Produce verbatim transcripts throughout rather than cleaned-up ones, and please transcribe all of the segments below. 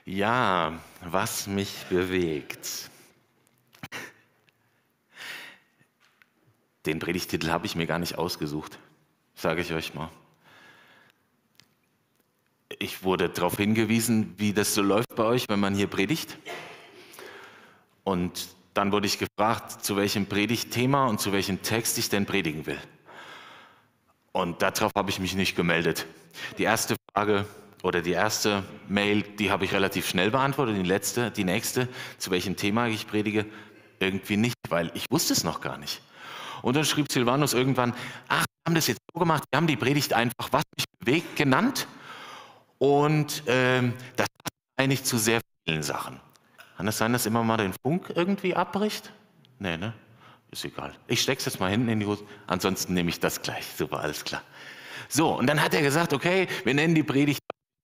Ja, was mich bewegt. Den Predigtitel habe ich mir gar nicht ausgesucht, sage ich euch mal. Ich wurde darauf hingewiesen, wie das so läuft bei euch, wenn man hier predigt. Und dann wurde ich gefragt, zu welchem Predigtthema und zu welchem Text ich denn predigen will. Und darauf habe ich mich nicht gemeldet. Die erste Frage oder die erste Mail, die habe ich relativ schnell beantwortet. Die letzte, die nächste, zu welchem Thema ich predige, irgendwie nicht, weil ich wusste es noch gar nicht. Und dann schrieb Silvanus irgendwann, ach, wir haben das jetzt so gemacht, wir haben die Predigt einfach "Was mich bewegt" genannt. Und ähm, das passt eigentlich zu sehr vielen Sachen. Kann es sein, dass immer mal den Funk irgendwie abbricht? Nee, ne? Ist egal. Ich steck's jetzt mal hinten in die Hose, ansonsten nehme ich das gleich. Super, alles klar. So, und dann hat er gesagt, okay, wir nennen die Predigt.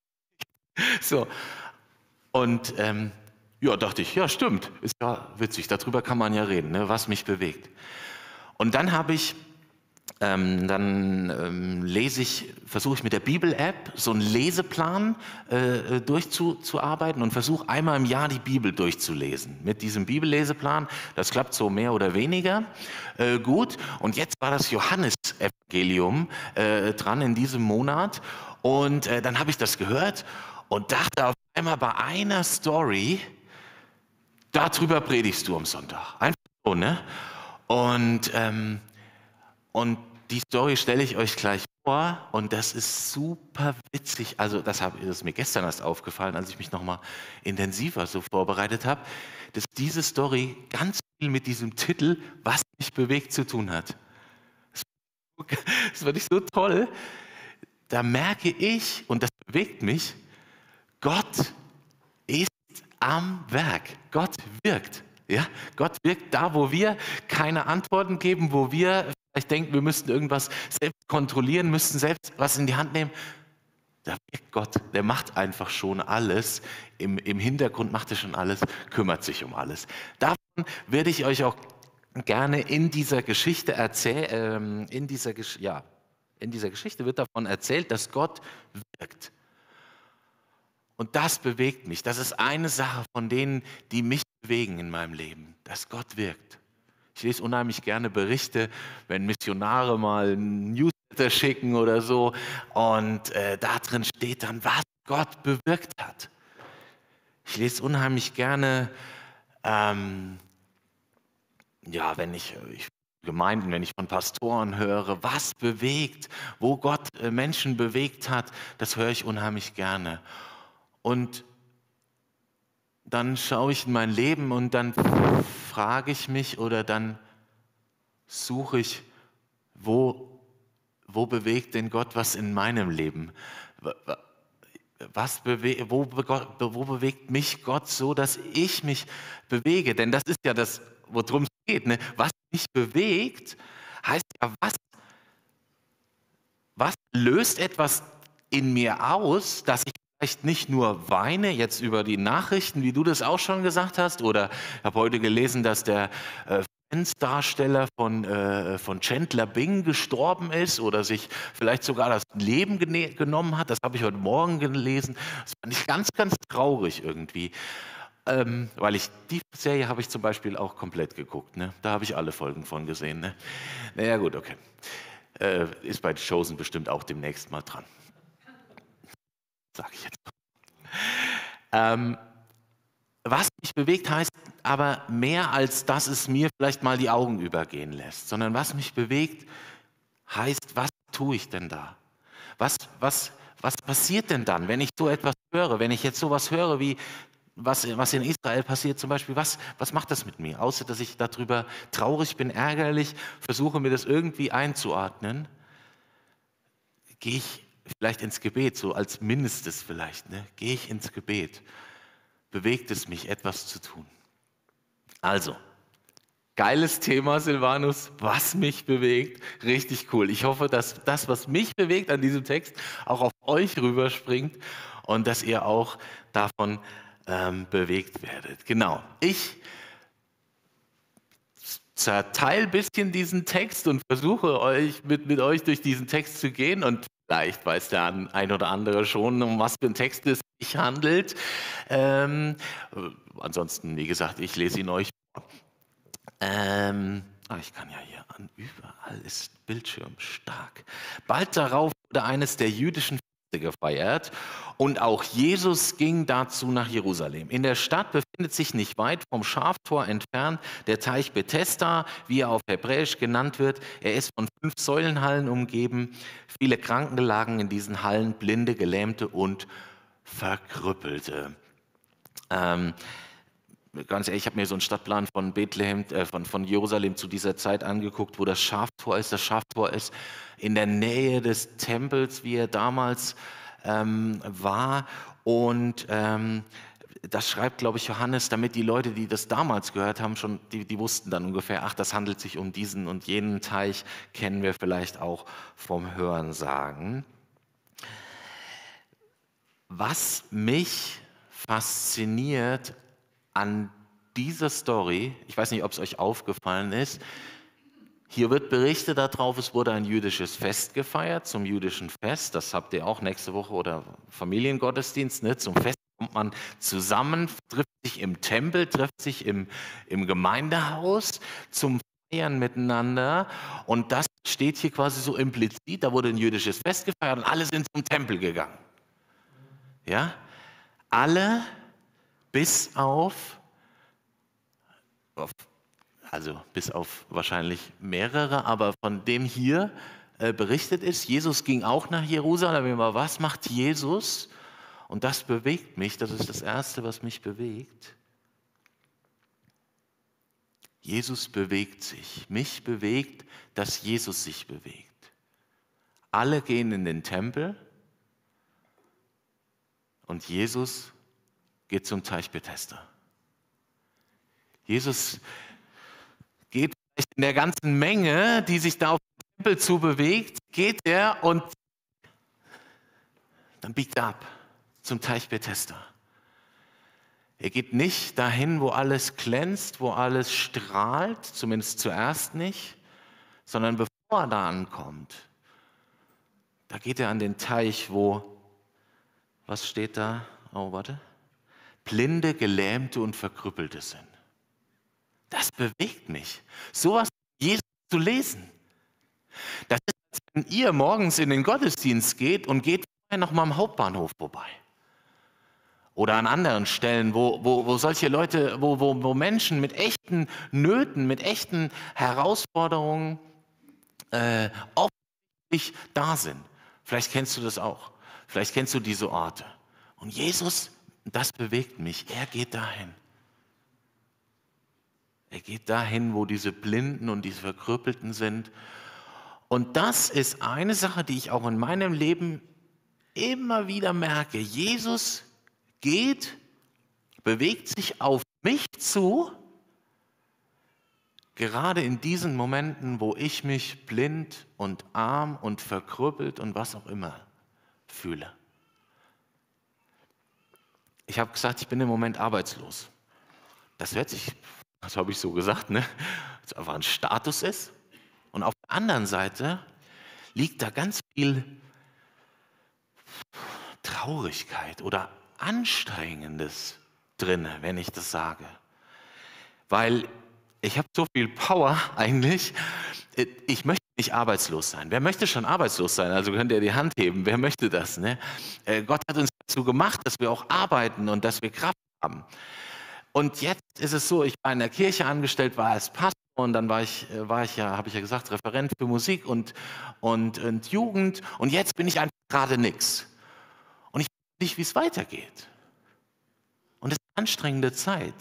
So, und ähm, ja, dachte ich, ja, stimmt, ist ja witzig, darüber kann man ja reden, ne, was mich bewegt. Und dann habe ich, ähm, dann ähm, lese ich, versuche ich mit der Bibel-App so einen Leseplan äh, durchzuarbeiten und versuche einmal im Jahr die Bibel durchzulesen. Mit diesem Bibelleseplan, das klappt so mehr oder weniger äh, gut. Und jetzt war das Johannesevangelium äh, dran in diesem Monat und äh, dann habe ich das gehört und dachte auf einmal bei einer Story, darüber predigst du am Sonntag. Einfach so, ne? Und, ähm, und die Story stelle ich euch gleich vor und das ist super witzig. Also das, hab, das ist mir gestern erst aufgefallen, als ich mich nochmal intensiver so vorbereitet habe, dass diese Story ganz viel mit diesem Titel "Was mich bewegt" zu tun hat. Das fand ich so toll. Da merke ich, und das bewegt mich, Gott ist am Werk. Gott wirkt. Ja? Gott wirkt da, wo wir keine Antworten geben, wo wir vielleicht denken, wir müssten irgendwas selbst kontrollieren, müssten selbst was in die Hand nehmen. Da wirkt Gott. Der macht einfach schon alles. Im, im Hintergrund macht er schon alles, kümmert sich um alles. Davon werde ich euch auch gerne in dieser Geschichte erzählen. Ähm, in dieser, ja, in dieser Geschichte wird davon erzählt, dass Gott wirkt. Und das bewegt mich. Das ist eine Sache von denen, die mich bewegen in meinem Leben, dass Gott wirkt. Ich lese unheimlich gerne Berichte, wenn Missionare mal ein Newsletter schicken oder so und äh, da drin steht dann, was Gott bewirkt hat. Ich lese unheimlich gerne, ähm, ja, wenn ich, ich Gemeinden, wenn ich von Pastoren höre, was bewegt, wo Gott äh, Menschen bewegt hat, das höre ich unheimlich gerne. Und dann schaue ich in mein Leben und dann frage ich mich oder dann suche ich, wo, wo bewegt denn Gott was in meinem Leben? Was bewe- wo, be- wo bewegt mich Gott so, dass ich mich bewege? Denn das ist ja das, worum es geht. Ne? Was mich bewegt, heißt ja, was, was löst etwas in mir aus, dass ich vielleicht nicht nur weine, jetzt über die Nachrichten, wie du das auch schon gesagt hast, oder ich habe heute gelesen, dass der äh, Friends-Darsteller von, äh, von Chandler Bing gestorben ist oder sich vielleicht sogar das Leben gene- genommen hat. Das habe ich heute Morgen gelesen. Das fand ich ganz, ganz traurig irgendwie. Ähm, weil ich, die Serie habe ich zum Beispiel auch komplett geguckt. Ne? Da habe ich alle Folgen von gesehen. Ne? Naja gut, okay. Äh, ist bei Chosen bestimmt auch demnächst mal dran. Sag ich jetzt. Ähm, was mich bewegt, heißt aber mehr, als dass es mir vielleicht mal die Augen übergehen lässt, sondern was mich bewegt, heißt, was tue ich denn da? Was, was, was passiert denn dann, wenn ich so etwas höre, wenn ich jetzt sowas höre, wie was, was in Israel passiert zum Beispiel, was, was macht das mit mir? Außer, dass ich darüber traurig bin, ärgerlich, versuche mir das irgendwie einzuordnen, gehe ich vielleicht ins Gebet, so als Mindestes vielleicht, ne? Gehe ich ins Gebet, bewegt es mich, etwas zu tun. Also, geiles Thema, Silvanus, was mich bewegt, richtig cool. Ich hoffe, dass das, was mich bewegt an diesem Text, auch auf euch rüberspringt und dass ihr auch davon ähm, bewegt werdet. Genau, ich zerteile ein bisschen diesen Text und versuche euch mit, mit euch durch diesen Text zu gehen und Vielleicht weiß der ein oder andere schon, um was für einen Text es sich handelt. Ähm, äh, ansonsten, wie gesagt, ich lese ihn euch vor. Ähm, ah, ich kann ja hier an, überall ist Bildschirm stark. Bald darauf wurde eines der jüdischen Feste gefeiert und auch Jesus ging dazu nach Jerusalem. In der Stadt befindet sich nicht weit vom Schaftor entfernt der Teich Bethesda, wie er auf Hebräisch genannt wird. Er ist von fünf Säulenhallen umgeben. Viele Kranken lagen in diesen Hallen, Blinde, Gelähmte und Verkrüppelte. Ähm, Ganz ehrlich, ich habe mir so einen Stadtplan von Bethlehem, äh, von, von Jerusalem zu dieser Zeit angeguckt, wo das Schaftor ist. Das Schaftor ist in der Nähe des Tempels, wie er damals ähm, war. Und ähm, das schreibt, glaube ich, Johannes, damit die Leute, die das damals gehört haben, schon, die, die wussten dann ungefähr, ach, das handelt sich um diesen und jenen Teich, kennen wir vielleicht auch vom Hörensagen. Was mich fasziniert an dieser Story, ich weiß nicht, ob es euch aufgefallen ist, hier wird berichtet darauf, es wurde ein jüdisches Fest gefeiert, zum jüdischen Fest, das habt ihr auch nächste Woche oder Familiengottesdienst, ne? Zum Fest kommt man zusammen, trifft sich im Tempel, trifft sich im, im Gemeindehaus zum Feiern miteinander und das steht hier quasi so implizit, da wurde ein jüdisches Fest gefeiert und alle sind zum Tempel gegangen. Ja, alle bis auf, auf, also bis auf wahrscheinlich mehrere, aber von dem hier äh, berichtet ist, Jesus ging auch nach Jerusalem. Aber was macht Jesus? Und das bewegt mich, das ist das Erste, was mich bewegt. Jesus bewegt sich. Mich bewegt, dass Jesus sich bewegt. Alle gehen in den Tempel und Jesus geht zum Teich Bethesda. Jesus geht vielleicht in der ganzen Menge, die sich da auf den Tempel zu bewegt, geht er und dann biegt er ab zum Teich Bethesda. Er geht nicht dahin, wo alles glänzt, wo alles strahlt, zumindest zuerst nicht, sondern bevor er da ankommt, da geht er an den Teich, wo, was steht da? Oh, warte. Blinde, Gelähmte und Verkrüppelte sind. Das bewegt mich, sowas von Jesus zu lesen. Das ist, als wenn ihr morgens in den Gottesdienst geht und geht vorher noch mal am Hauptbahnhof vorbei. Oder an anderen Stellen, wo, wo, wo solche Leute, wo, wo, wo Menschen mit echten Nöten, mit echten Herausforderungen äh, offensichtlich da sind. Vielleicht kennst du das auch. Vielleicht kennst du diese Orte. Und Jesus, das bewegt mich. Er geht dahin. Er geht dahin, wo diese Blinden und diese Verkrüppelten sind. Und das ist eine Sache, die ich auch in meinem Leben immer wieder merke. Jesus geht, bewegt sich auf mich zu, gerade in diesen Momenten, wo ich mich blind und arm und verkrüppelt und was auch immer fühle. Ich habe gesagt, ich bin im Moment arbeitslos. Das hört sich, das habe ich so gesagt, ne? Das einfach ein Status ist. Und auf der anderen Seite liegt da ganz viel Traurigkeit oder Anstrengendes drin, wenn ich das sage. Weil ich habe so viel Power eigentlich, ich möchte nicht arbeitslos sein. Wer möchte schon arbeitslos sein? Also könnt ihr die Hand heben, wer möchte das? Ne? Gott hat uns dazu gemacht, dass wir auch arbeiten und dass wir Kraft haben. Und jetzt ist es so, ich war in der Kirche angestellt, war als Pastor und dann war ich, war ich ja, habe ich ja gesagt, Referent für Musik und, und, und Jugend und jetzt bin ich einfach gerade nix. Und ich weiß nicht, wie es weitergeht. Und es ist eine anstrengende Zeit.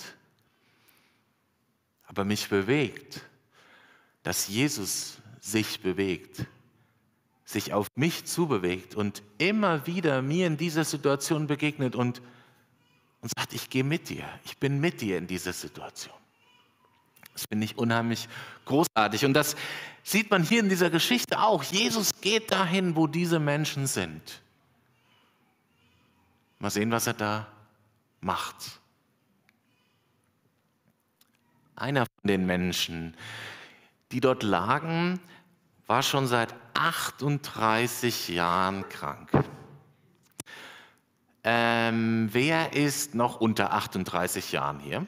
Aber mich bewegt, dass Jesus sich bewegt, sich auf mich zubewegt und immer wieder mir in dieser Situation begegnet und, und sagt, ich gehe mit dir, ich bin mit dir in dieser Situation. Das finde ich unheimlich großartig. Und das sieht man hier in dieser Geschichte auch. Jesus geht dahin, wo diese Menschen sind. Mal sehen, was er da macht. Einer von den Menschen, die dort lagen, war schon seit achtunddreißig Jahren krank. Ähm, wer ist noch unter achtunddreißig Jahren hier?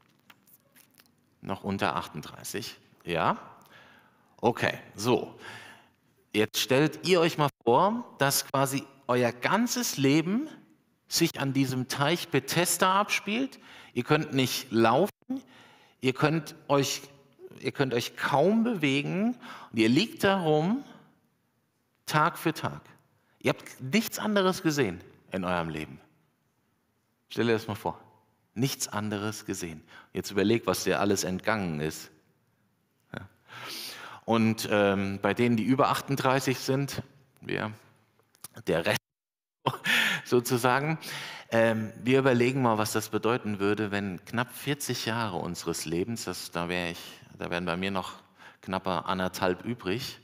Noch unter achtunddreißig? Ja? Okay, so. Jetzt stellt ihr euch mal vor, dass quasi euer ganzes Leben sich an diesem Teich Bethesda abspielt. Ihr könnt nicht laufen, ihr könnt euch, ihr könnt euch kaum bewegen und ihr liegt da rum Tag für Tag. Ihr habt nichts anderes gesehen in eurem Leben. Stell dir das mal vor. Nichts anderes gesehen. Jetzt überleg, was dir alles entgangen ist. Ja. Und ähm, bei denen, die über achtunddreißig sind, wir, der Rest sozusagen, ähm, wir überlegen mal, was das bedeuten würde, wenn knapp vierzig Jahre unseres Lebens, das, da, wär ich, da wären bei mir noch knapper anderthalb übrig,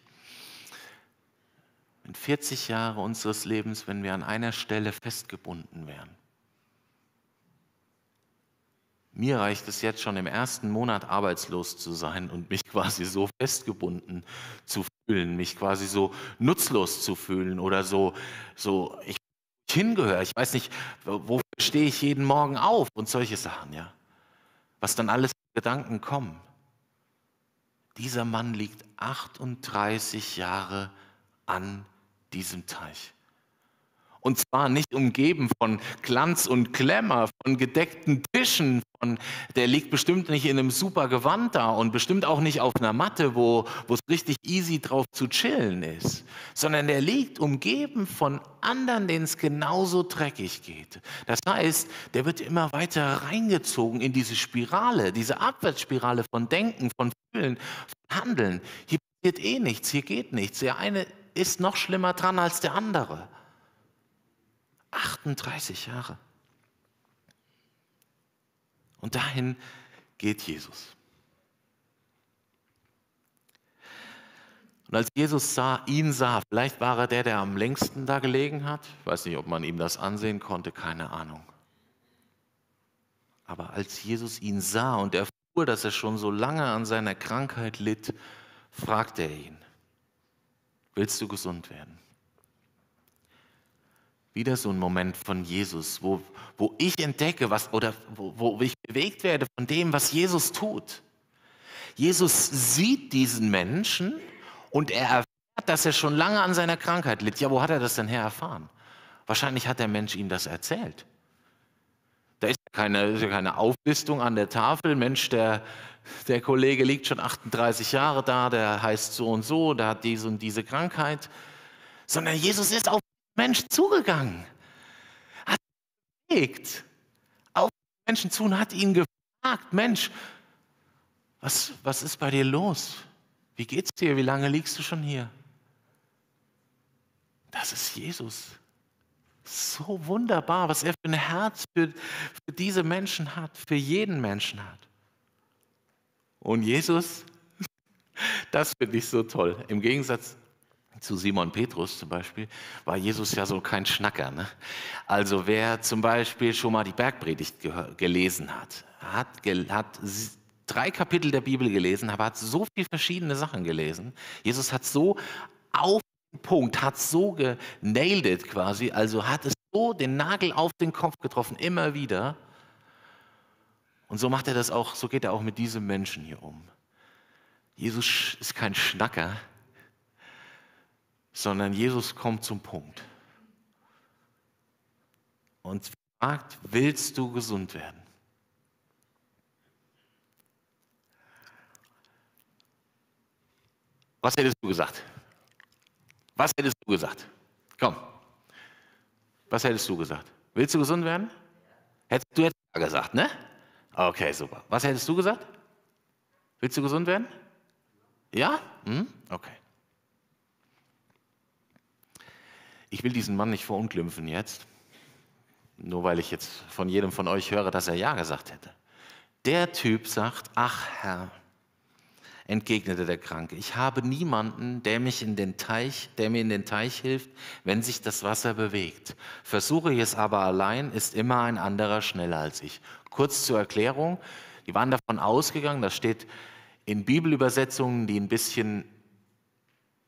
in vierzig Jahre unseres Lebens, wenn wir an einer Stelle festgebunden wären. Mir reicht es jetzt schon im ersten Monat arbeitslos zu sein und mich quasi so festgebunden zu fühlen, mich quasi so nutzlos zu fühlen oder so, so ich hingehöre. Ich weiß nicht, wofür stehe ich jeden Morgen auf und solche Sachen, ja. Was dann alles für Gedanken kommen. Dieser Mann liegt achtunddreißig Jahre an diesem Teich. Und zwar nicht umgeben von Glanz und Glamour, von gedeckten Tischen, von, der liegt bestimmt nicht in einem super Gewand da und bestimmt auch nicht auf einer Matte, wo wo es richtig easy drauf zu chillen ist, sondern der liegt umgeben von anderen, denen es genauso dreckig geht. Das heißt, der wird immer weiter reingezogen in diese Spirale, diese Abwärtsspirale von Denken, von Fühlen, von Handeln. Hier passiert eh nichts, hier geht nichts. Der eine ist noch schlimmer dran als der andere. achtunddreißig Jahre. Und dahin geht Jesus. Und als Jesus sah, ihn sah, vielleicht war er der, der am längsten da gelegen hat. Ich weiß nicht, ob man ihm das ansehen konnte, keine Ahnung. Aber als Jesus ihn sah und erfuhr, dass er schon so lange an seiner Krankheit litt, fragte er ihn, willst du gesund werden? Wieder so ein Moment von Jesus, wo, wo ich entdecke, was, oder wo, wo ich bewegt werde von dem, was Jesus tut. Jesus sieht diesen Menschen und er erfährt, dass er schon lange an seiner Krankheit litt. Ja, wo hat er das denn her erfahren? Wahrscheinlich hat der Mensch ihm das erzählt. Da ist keine, ist ja keine Auflistung an der Tafel. Mensch, der, der Kollege liegt schon achtunddreißig Jahre da, der heißt so und so, der hat diese und diese Krankheit. Sondern Jesus ist auf Mensch zugegangen, hat ihn bewegt, auf den Menschen zu und hat ihn gefragt, Mensch, was, was ist bei dir los? Wie geht's dir? Wie lange liegst du schon hier? Das ist Jesus. So wunderbar, was er für ein Herz für, für diese Menschen hat, für jeden Menschen hat. Und Jesus, das finde ich so toll, im Gegensatz zu Simon Petrus zum Beispiel, war Jesus ja so kein Schnacker. Ne? Also wer zum Beispiel schon mal die Bergpredigt gelesen hat, hat, ge hat drei Kapitel der Bibel gelesen, aber hat so viele verschiedene Sachen gelesen. Jesus hat so auf den Punkt, hat so genailed it quasi, also hat es so den Nagel auf den Kopf getroffen, immer wieder. Und so macht er das auch, so geht er auch mit diesem Menschen hier um. Jesus ist kein Schnacker, sondern Jesus kommt zum Punkt und fragt, willst du gesund werden? Was hättest du gesagt? Was hättest du gesagt? Komm, was hättest du gesagt? Willst du gesund werden? Hättest du jetzt gesagt, ne? Okay, super. Was hättest du gesagt? Willst du gesund werden? Ja? Hm? Okay. Ich will diesen Mann nicht verunglimpfen jetzt, nur weil ich jetzt von jedem von euch höre, dass er Ja gesagt hätte. Der Typ sagt, ach Herr, entgegnete der Kranke, ich habe niemanden, der mich in den Teich, der mir in den Teich hilft, wenn sich das Wasser bewegt. Versuche ich es aber allein, ist immer ein anderer schneller als ich. Kurz zur Erklärung, die waren davon ausgegangen, das steht in Bibelübersetzungen, die ein bisschen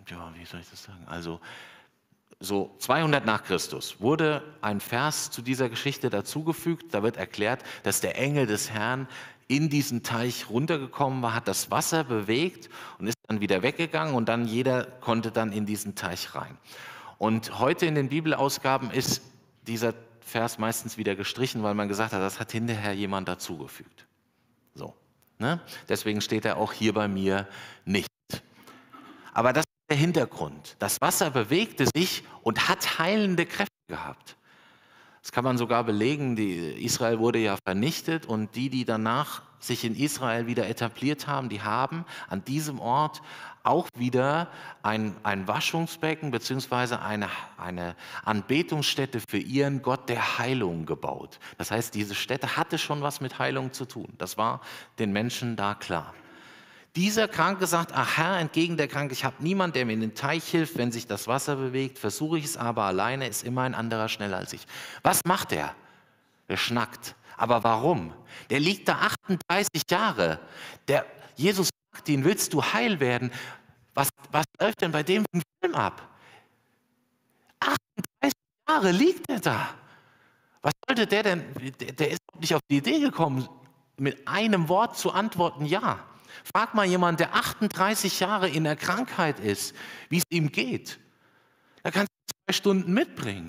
ja, wie soll ich das sagen? Also so zweihundert nach Christus wurde ein Vers zu dieser Geschichte dazugefügt. Da wird erklärt, dass der Engel des Herrn in diesen Teich runtergekommen war, hat das Wasser bewegt und ist dann wieder weggegangen und dann jeder konnte dann in diesen Teich rein. Und heute in den Bibelausgaben ist dieser Vers meistens wieder gestrichen, weil man gesagt hat, das hat hinterher jemand dazugefügt. So, ne? Deswegen steht er auch hier bei mir nicht. Aber das ist der Hintergrund. Das Wasser bewegte sich und hat heilende Kräfte gehabt. Das kann man sogar belegen. Die, Israel wurde ja vernichtet und die, die danach sich in Israel wieder etabliert haben, die haben an diesem Ort auch wieder ein, ein Waschungsbecken bzw. eine, eine Anbetungsstätte für ihren Gott der Heilung gebaut. Das heißt, diese Stätte hatte schon was mit Heilung zu tun. Das war den Menschen da klar. Dieser Kranke sagt, ach Herr, entgegen der Kranke, ich habe niemanden, der mir in den Teich hilft, wenn sich das Wasser bewegt, versuche ich es aber alleine, ist immer ein anderer schneller als ich. Was macht er? Er schnackt. Aber warum? Der liegt da achtunddreißig Jahre. Der, Jesus fragt ihn, willst du heil werden? Was, was läuft denn bei dem für einen Film ab? achtunddreißig Jahre liegt er da. Was sollte der denn? Der, der ist nicht auf die Idee gekommen, mit einem Wort zu antworten, ja. Frag mal jemanden, der achtunddreißig Jahre in der Krankheit ist, wie es ihm geht. Da kannst du zwei Stunden mitbringen,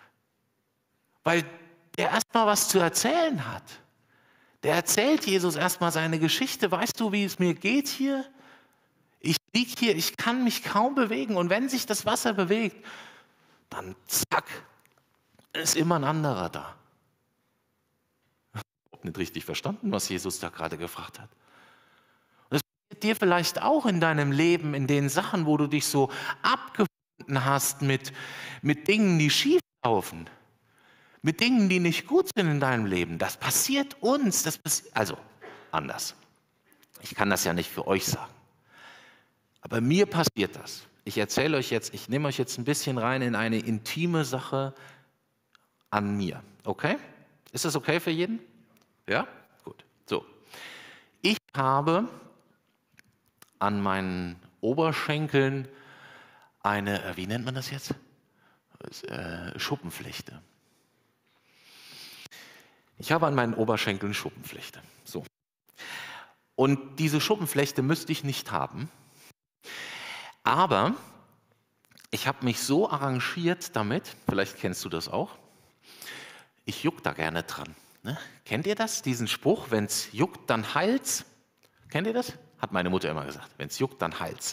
weil der erstmal was zu erzählen hat. Der erzählt Jesus erstmal seine Geschichte. Weißt du, wie es mir geht hier? Ich liege hier, ich kann mich kaum bewegen und wenn sich das Wasser bewegt, dann zack, ist immer ein anderer da. Ich habe nicht richtig verstanden, was Jesus da gerade gefragt hat. Dir vielleicht auch in deinem Leben, in den Sachen, wo du dich so abgefunden hast mit, mit Dingen, die schief laufen, mit Dingen, die nicht gut sind in deinem Leben. Das passiert uns, das passi- also anders. Ich kann das ja nicht für euch sagen. Aber mir passiert das. Ich erzähle euch jetzt, ich nehme euch jetzt ein bisschen rein in eine intime Sache an mir. Okay? Ist das okay für jeden? Ja? Gut. So. Ich habe an meinen Oberschenkeln eine, wie nennt man das jetzt? Äh, Schuppenflechte. Ich habe an meinen Oberschenkeln Schuppenflechte. So. Und diese Schuppenflechte müsste ich nicht haben. Aber ich habe mich so arrangiert damit, vielleicht kennst du das auch, ich juck da gerne dran. Ne? Kennt ihr das, diesen Spruch, wenn es juckt, dann heilt's? Kennt ihr das? Hat meine Mutter immer gesagt. Wenn es juckt, dann heilt's.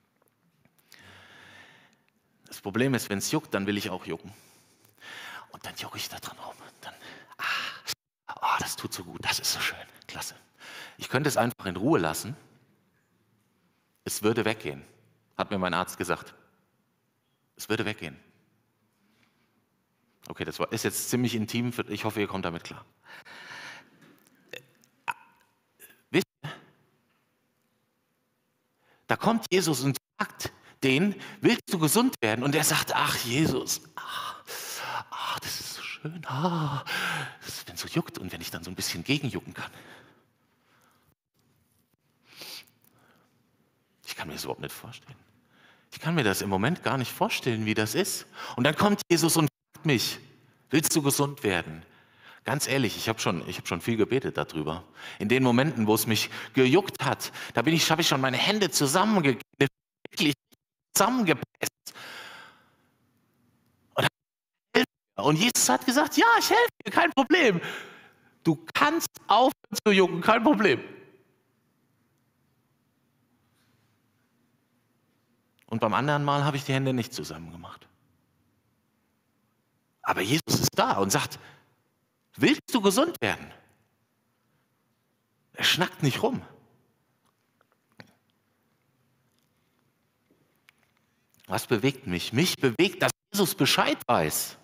Das Problem ist, wenn es juckt, dann will ich auch jucken. Und dann jucke ich da dran rum. Und dann, ah, oh, das tut so gut, das ist so schön, klasse. Ich könnte es einfach in Ruhe lassen. Es würde weggehen, hat mir mein Arzt gesagt. Es würde weggehen. Okay, das war, ist jetzt ziemlich intim. Ich hoffe, ihr kommt damit klar. Wisst ihr? Da kommt Jesus und fragt den, willst du gesund werden? Und er sagt, ach Jesus, ach, ach das ist so schön, ah, wenn es so juckt und wenn ich dann so ein bisschen gegenjucken kann. Ich kann mir das überhaupt nicht vorstellen. Ich kann mir das im Moment gar nicht vorstellen, wie das ist. Und dann kommt Jesus und fragt mich, willst du gesund werden? Ganz ehrlich, ich habe schon, ich hab schon viel gebetet darüber. In den Momenten, wo es mich gejuckt hat, da bin ich, habe ich schon meine Hände zusammengekniffen, wirklich zusammengepresst. Und, und Jesus hat gesagt, ja, ich helfe dir, kein Problem. Du kannst aufhören zu jucken, kein Problem. Und beim anderen Mal habe ich die Hände nicht zusammen gemacht. Aber Jesus ist da und sagt, willst du gesund werden? Er schnackt nicht rum. Was bewegt mich? Mich bewegt, dass Jesus Bescheid weiß.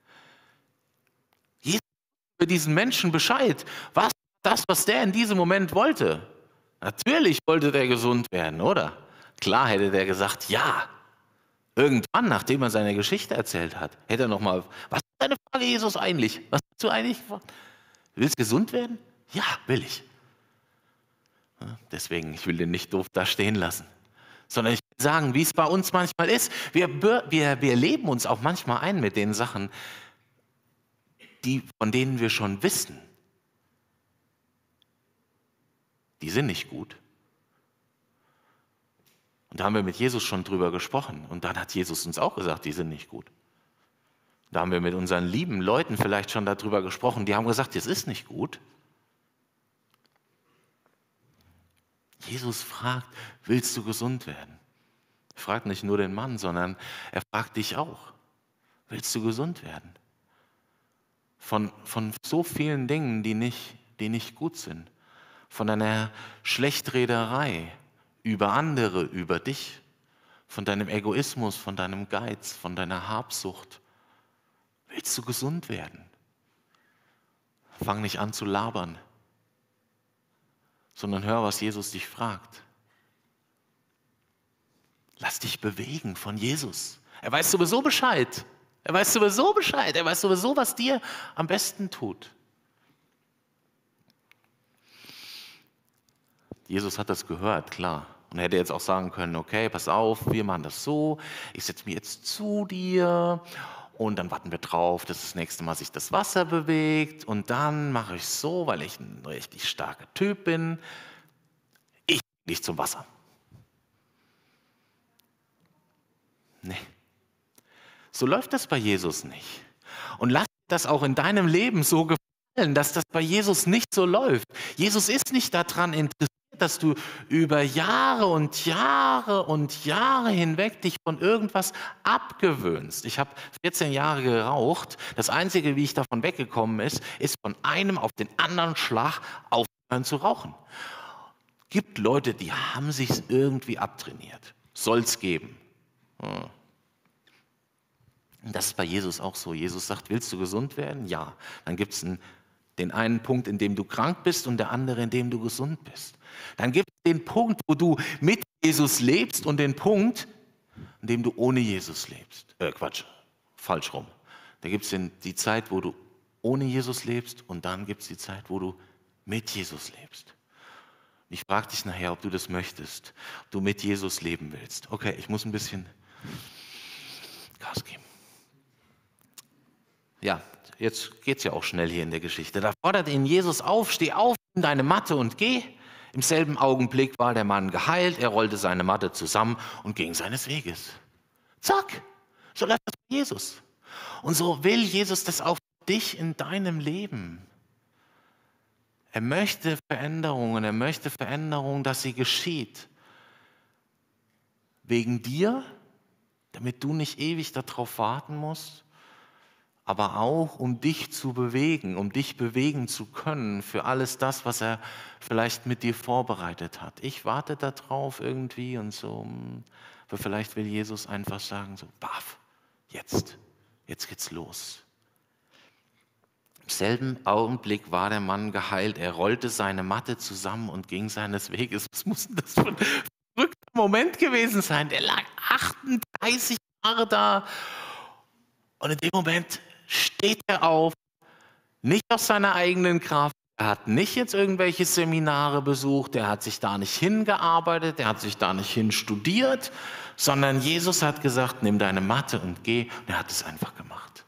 Jesus weiß über diesen Menschen Bescheid. Was das, was der in diesem Moment wollte? Natürlich wollte der gesund werden, oder? Klar hätte der gesagt, ja. Irgendwann, nachdem er seine Geschichte erzählt hat, hätte er nochmal, was ist deine Frage, Jesus, eigentlich? Was hast du eigentlich gefragt? Willst du gesund werden? Ja, will ich. Ja, deswegen, ich will den nicht doof da stehen lassen, sondern ich will sagen, wie es bei uns manchmal ist. Wir, wir, wir leben uns auch manchmal ein mit den Sachen, die, von denen wir schon wissen, die sind nicht gut. Und da haben wir mit Jesus schon drüber gesprochen. Und dann hat Jesus uns auch gesagt, die sind nicht gut. Da haben wir mit unseren lieben Leuten vielleicht schon darüber gesprochen. Die haben gesagt, das ist nicht gut. Jesus fragt, willst du gesund werden? Er fragt nicht nur den Mann, sondern er fragt dich auch. Willst du gesund werden? Von, von so vielen Dingen, die nicht, die nicht gut sind. Von einer Schlechtrederei über andere, über dich. Von deinem Egoismus, von deinem Geiz, von deiner Habsucht. Willst du gesund werden? Fang nicht an zu labern, sondern hör, was Jesus dich fragt. Lass dich bewegen von Jesus. Er weiß sowieso Bescheid. Er weiß sowieso Bescheid. Er weiß sowieso, was dir am besten tut. Jesus hat das gehört, klar. Und er hätte jetzt auch sagen können, okay, pass auf, wir machen das so. Ich setze mich jetzt zu dir und dann warten wir drauf, dass das nächste Mal sich das Wasser bewegt. Und dann mache ich so, weil ich ein richtig starker Typ bin. Ich gehe nicht zum Wasser. Nee. So läuft das bei Jesus nicht. Und lass das auch in deinem Leben so gefallen, dass das bei Jesus nicht so läuft. Jesus ist nicht daran interessiert, dass du über Jahre und Jahre und Jahre hinweg dich von irgendwas abgewöhnst. Ich habe vierzehn Jahre geraucht. Das Einzige, wie ich davon weggekommen ist, ist von einem auf den anderen Schlag aufhören zu rauchen. Es gibt Leute, die haben sich irgendwie abtrainiert. Soll es geben. Hm. Und das ist bei Jesus auch so. Jesus sagt, willst du gesund werden? Ja. Dann gibt es den einen Punkt, in dem du krank bist und der andere, in dem du gesund bist. Dann gibt es den Punkt, wo du mit Jesus lebst und den Punkt, in dem du ohne Jesus lebst. Äh, Quatsch, falsch rum. Da gibt es die Zeit, wo du ohne Jesus lebst und dann gibt es die Zeit, wo du mit Jesus lebst. Ich frage dich nachher, ob du das möchtest, ob du mit Jesus leben willst. Okay, ich muss ein bisschen Gas geben. Ja, jetzt geht es ja auch schnell hier in der Geschichte. Da fordert ihn Jesus auf, steh auf, nimm deine Matte und geh. Im selben Augenblick war der Mann geheilt, er rollte seine Matte zusammen und ging seines Weges. Zack, so läuft das bei Jesus. Und so will Jesus das auch für dich in deinem Leben. Er möchte Veränderungen, er möchte Veränderungen, dass sie geschieht. Wegen dir, damit du nicht ewig darauf warten musst, aber auch um dich zu bewegen, um dich bewegen zu können für alles das, was er vielleicht mit dir vorbereitet hat. Ich warte darauf irgendwie und so, aber vielleicht will Jesus einfach sagen, so, baff, jetzt, jetzt geht's los. Im selben Augenblick war der Mann geheilt, er rollte seine Matte zusammen und ging seines Weges. Was muss denn das für ein verrückter Moment gewesen sein? Der lag achtunddreißig Jahre da und in dem Moment steht er auf, nicht aus seiner eigenen Kraft, er hat nicht jetzt irgendwelche Seminare besucht, er hat sich da nicht hingearbeitet, er hat sich da nicht hin studiert, sondern Jesus hat gesagt, nimm deine Matte und geh, und er hat es einfach gemacht.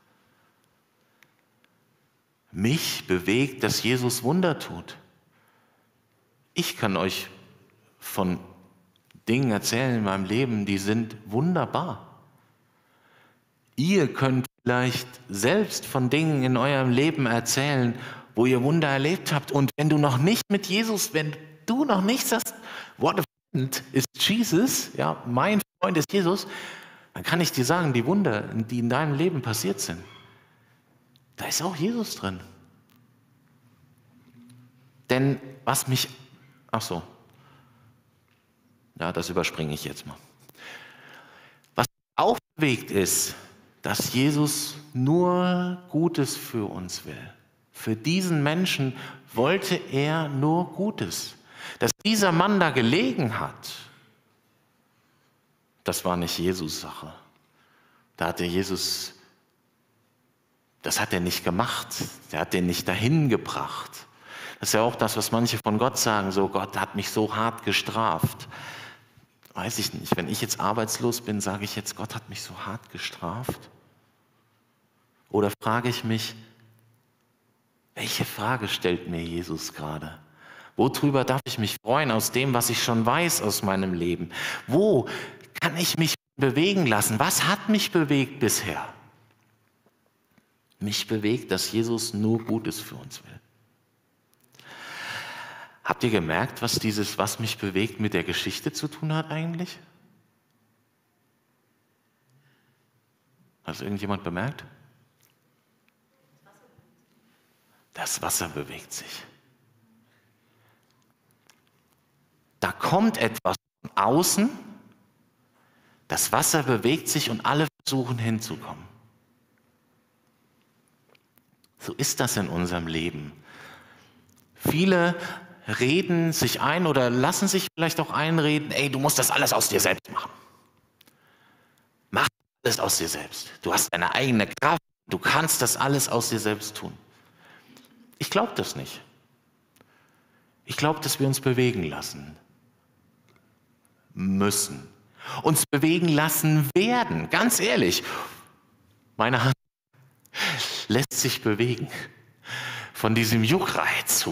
Mich bewegt, dass Jesus Wunder tut. Ich kann euch von Dingen erzählen in meinem Leben, die sind wunderbar. Ihr könnt vielleicht selbst von Dingen in eurem Leben erzählen, wo ihr Wunder erlebt habt. Und wenn du noch nicht mit Jesus, wenn du noch nicht sagst, what a friend is Jesus, ja, mein Freund ist Jesus, dann kann ich dir sagen, die Wunder, die in deinem Leben passiert sind, da ist auch Jesus drin. Denn was mich, ach so, ja, das überspringe ich jetzt mal. Was mich auch bewegt ist, dass Jesus nur Gutes für uns will. Für diesen Menschen wollte er nur Gutes. Dass dieser Mann da gelegen hat, das war nicht Jesus Sache. Da hat der Jesus, das hat er nicht gemacht. Der hat den nicht dahin gebracht. Das ist ja auch das, was manche von Gott sagen, so Gott hat mich so hart gestraft. weiß ich nicht, wenn ich jetzt arbeitslos bin, sage ich jetzt, Gott hat mich so hart gestraft? Oder frage ich mich, welche Frage stellt mir Jesus gerade? Worüber darf ich mich freuen aus dem, was ich schon weiß aus meinem Leben? Wo kann ich mich bewegen lassen? Was hat mich bewegt bisher? Mich bewegt, dass Jesus nur Gutes für uns will. Habt ihr gemerkt, was dieses, was mich bewegt, mit der Geschichte zu tun hat eigentlich? Hat es irgendjemand bemerkt? Das Wasser bewegt sich. Da kommt etwas von außen, das Wasser bewegt sich und alle versuchen hinzukommen. So ist das in unserem Leben. Viele reden sich ein oder lassen sich vielleicht auch einreden, ey, du musst das alles aus dir selbst machen. Mach alles aus dir selbst. Du hast deine eigene Kraft, du kannst das alles aus dir selbst tun. Ich glaube das nicht. Ich glaube, dass wir uns bewegen lassen müssen. Uns bewegen lassen werden. Ganz ehrlich, meine Hand lässt sich bewegen von diesem Juckreiz.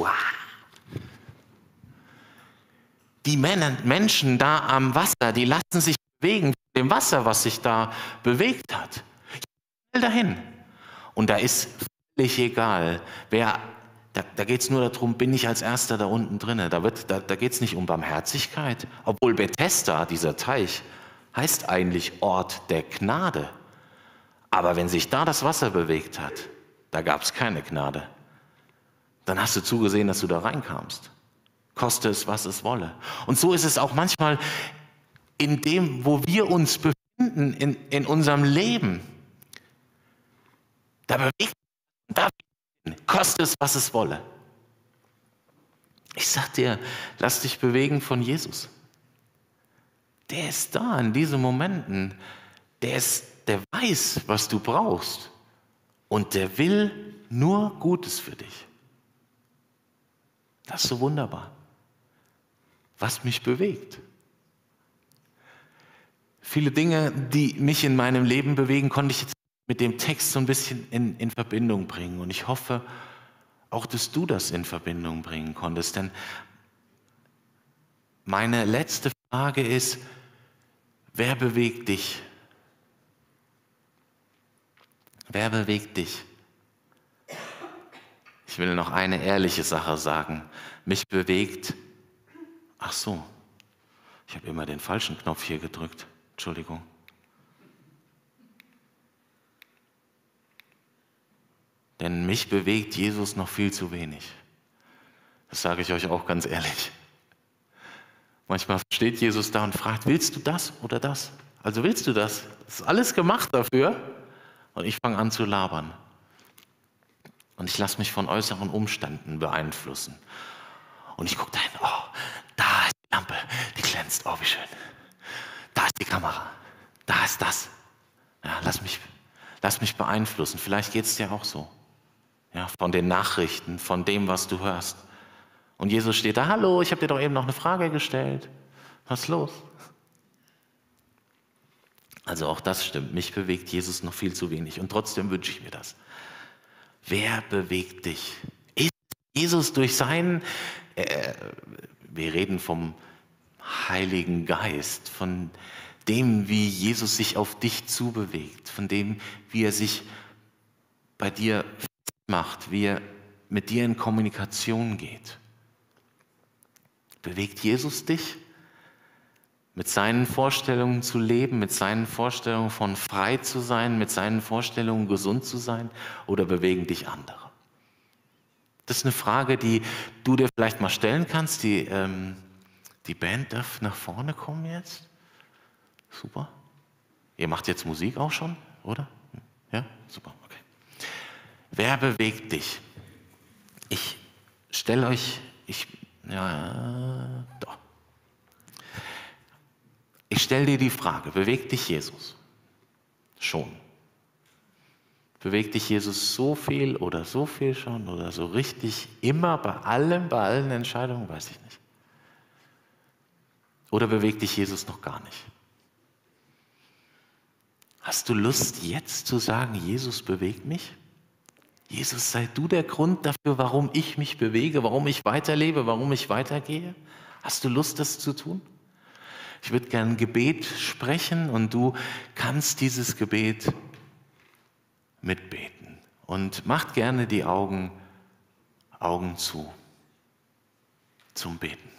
Die Menschen da am Wasser, die lassen sich bewegen von dem Wasser, was sich da bewegt hat. Ich will dahin. Und da ist völlig egal, wer, da, da geht es nur darum, bin ich als Erster da unten drin. Da, wird, da, da geht es nicht um Barmherzigkeit. Obwohl Bethesda, dieser Teich, heißt eigentlich Ort der Gnade. Aber wenn sich da das Wasser bewegt hat, da gab es keine Gnade. Dann hast du zugesehen, dass du da reinkamst. Koste es, was es wolle. Und so ist es auch manchmal in dem, wo wir uns befinden, in, in unserem Leben. Da bewegt da koste es, was es wolle. Ich sag dir, lass dich bewegen von Jesus. Der ist da in diesen Momenten. Der, ist, der weiß, was du brauchst. Und der will nur Gutes für dich. Das ist so wunderbar. Was mich bewegt. Viele Dinge, die mich in meinem Leben bewegen, konnte ich jetzt mit dem Text so ein bisschen in, in Verbindung bringen. Und ich hoffe auch, dass du das in Verbindung bringen konntest. Denn meine letzte Frage ist, wer bewegt dich? Wer bewegt dich? Ich will noch eine ehrliche Sache sagen. Mich bewegt, ach so, ich habe immer den falschen Knopf hier gedrückt. Entschuldigung. Denn mich bewegt Jesus noch viel zu wenig. Das sage ich euch auch ganz ehrlich. Manchmal steht Jesus da und fragt, willst du das oder das? Also willst du das? Das ist alles gemacht dafür. Und ich fange an zu labern. Und ich lasse mich von äußeren Umständen beeinflussen. Und ich gucke dahin, oh, da ist die Lampe, die glänzt, oh, wie schön. Da ist die Kamera, da ist das. Ja, lass mich, lass mich beeinflussen. Vielleicht geht es dir auch so. Ja, von den Nachrichten, von dem, was du hörst. Und Jesus steht da, hallo, ich habe dir doch eben noch eine Frage gestellt. Was ist los? Also auch das stimmt, mich bewegt Jesus noch viel zu wenig. Und trotzdem wünsche ich mir das. Wer bewegt dich? Ist Jesus durch seinen, äh, wir reden vom Heiligen Geist, von dem, wie Jesus sich auf dich zubewegt, von dem, wie er sich bei dir macht, wie er mit dir in Kommunikation geht. Bewegt Jesus dich, mit seinen Vorstellungen zu leben, mit seinen Vorstellungen von frei zu sein, mit seinen Vorstellungen gesund zu sein, oder bewegen dich andere? Das ist eine Frage, die du dir vielleicht mal stellen kannst. Die, ähm, die Band darf nach vorne kommen jetzt. Super. Ihr macht jetzt Musik auch schon, oder? Ja, super, okay. Wer bewegt dich? Ich stelle euch, ich, ja, doch. Ich stelle dir die Frage, bewegt dich Jesus? Schon. Bewegt dich Jesus so viel oder so viel schon oder so richtig immer bei allem, bei allen Entscheidungen? Weiß ich nicht. Oder bewegt dich Jesus noch gar nicht? Hast du Lust, jetzt zu sagen, Jesus bewegt mich? Jesus, sei du der Grund dafür, warum ich mich bewege, warum ich weiterlebe, warum ich weitergehe? Hast du Lust, das zu tun? Ich würde gerne ein Gebet sprechen und du kannst dieses Gebet mitbeten. Und macht gerne die Augen, Augen zu zum Beten.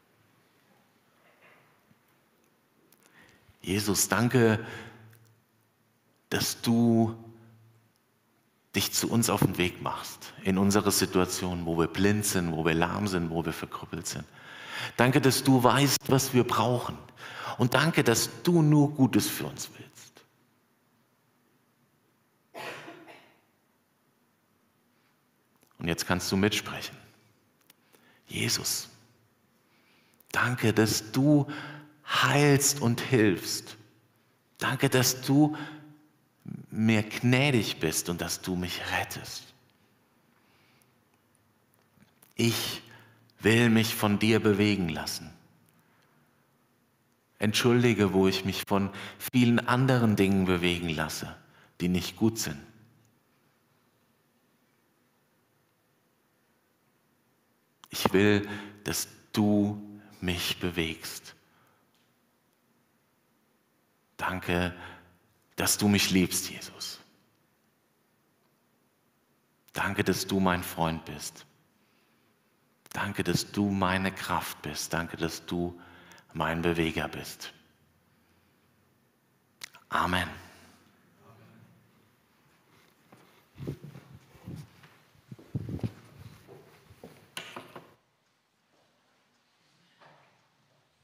Jesus, danke, dass du dich zu uns auf den Weg machst, in unsere Situation, wo wir blind sind, wo wir lahm sind, wo wir verkrüppelt sind. Danke, dass du weißt, was wir brauchen. Und danke, dass du nur Gutes für uns willst. Und jetzt kannst du mitsprechen. Jesus, danke, dass du heilst und hilfst. Danke, dass du mir gnädig bist und dass du mich rettest. Ich will mich von dir bewegen lassen. Entschuldige, wo ich mich von vielen anderen Dingen bewegen lasse, die nicht gut sind. Ich will, dass du mich bewegst. Danke, dass du mich liebst, Jesus. Danke, dass du mein Freund bist. Danke, dass du meine Kraft bist. Danke, dass du mein Beweger bist. Amen.